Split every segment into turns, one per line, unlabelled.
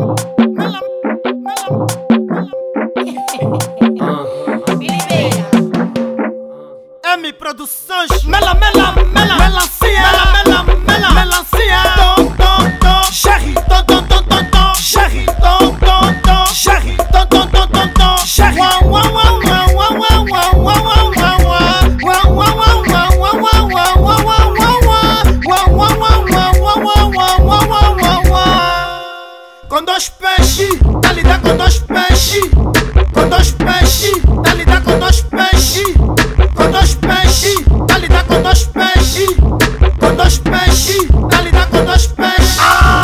M Produções, melancia, melancia, Jerry, Jerry, Jerry, com dois peixes, tá lidar com dois peixes, com dois peixes, tá lidar com dois peixes, com dois peixes, tá lidar com dois peixes, com dois peixes, tá lidar com dois peixes.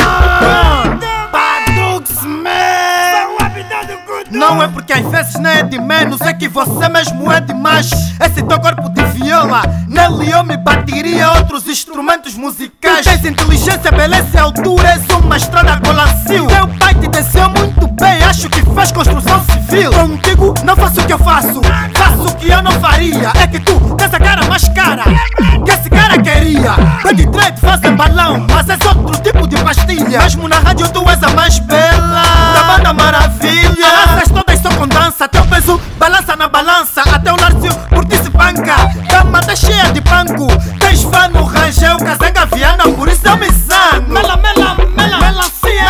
Não é porque às vezes não é de menos, é que você mesmo é demais. Esse teu corpo de viola, nele eu me bateria outros instrumentos musicais. Tu tens inteligência, beleza e altura, és uma estrada colancil. Teu pai te desceu muito bem, acho que fez construção civil. Contigo não faço o que eu faço, faço o que eu não faria. É que tu tens a cara mais cara que esse cara queria. Bad trade fazem balão, mas és outro tipo de pastilha. Mesmo na rádio tu és a mais bela da banda Maravilha. Arrasas todas só com dança, teu peso balança na balança. Até o Narcio por ti se panca, cama tá cheia de panco. Tens fã no Rangel, Cazenga Viana, por isso eu me zango. Melancia, melancia,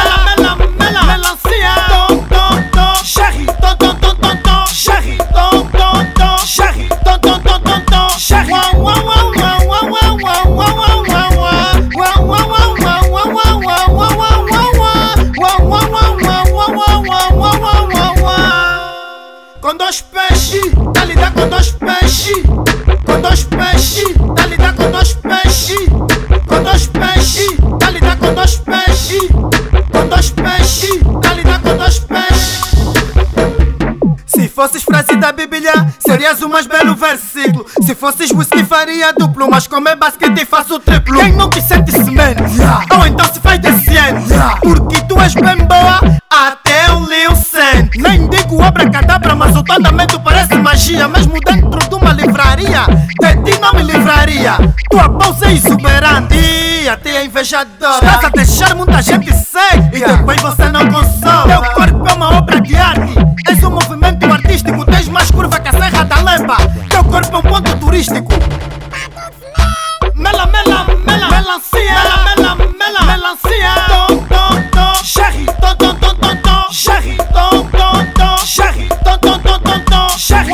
Jerry, Jerry, Jerry, Jerry. Com dois peixes, tá lidar com dois peixes, com dois peixes, tá lidar com dois peixes, com dois peixes, tá lidar com dois peixes, com dois peixes, tá lidar com dois peixes. Se fosses frase da Bíblia, serias o mais belo versículo. Se fosses whisky, faria duplo, mas como é basquete faço triplo. Quem não te sente semente, ou então se faz deficiente, porque tu és bem boa até o Lil Sen. Nem digo abracadabra, mas o teu andamento parece magia. Mesmo dentro de uma livraria, de ti não me livraria. Tua pausa é exuberante e a tia é invejadora. Estás a deixar muita gente cega e depois você não consola. Teu corpo é uma obra de arte, és um movimento artístico. Tens mais curva que a Serra da Leba. Teu corpo é um ponto turístico. Melancia, melancia, Jerry, Jerry, Jerry, Jerry.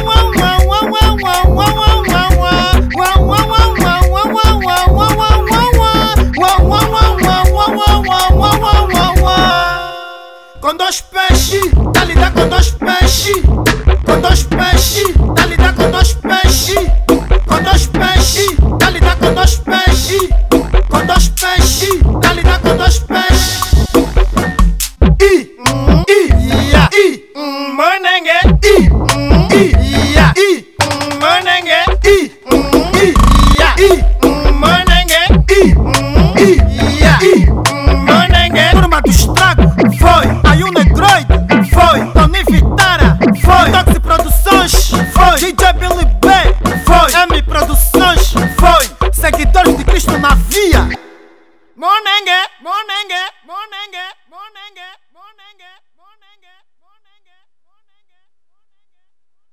Com dois peixes, tá lidar com dois peixes, com dois peixes, tá lidar com dois peixes, com dois peixes, tá lidar com dois peixes, com dois peixes, tá lidar com dois peixes.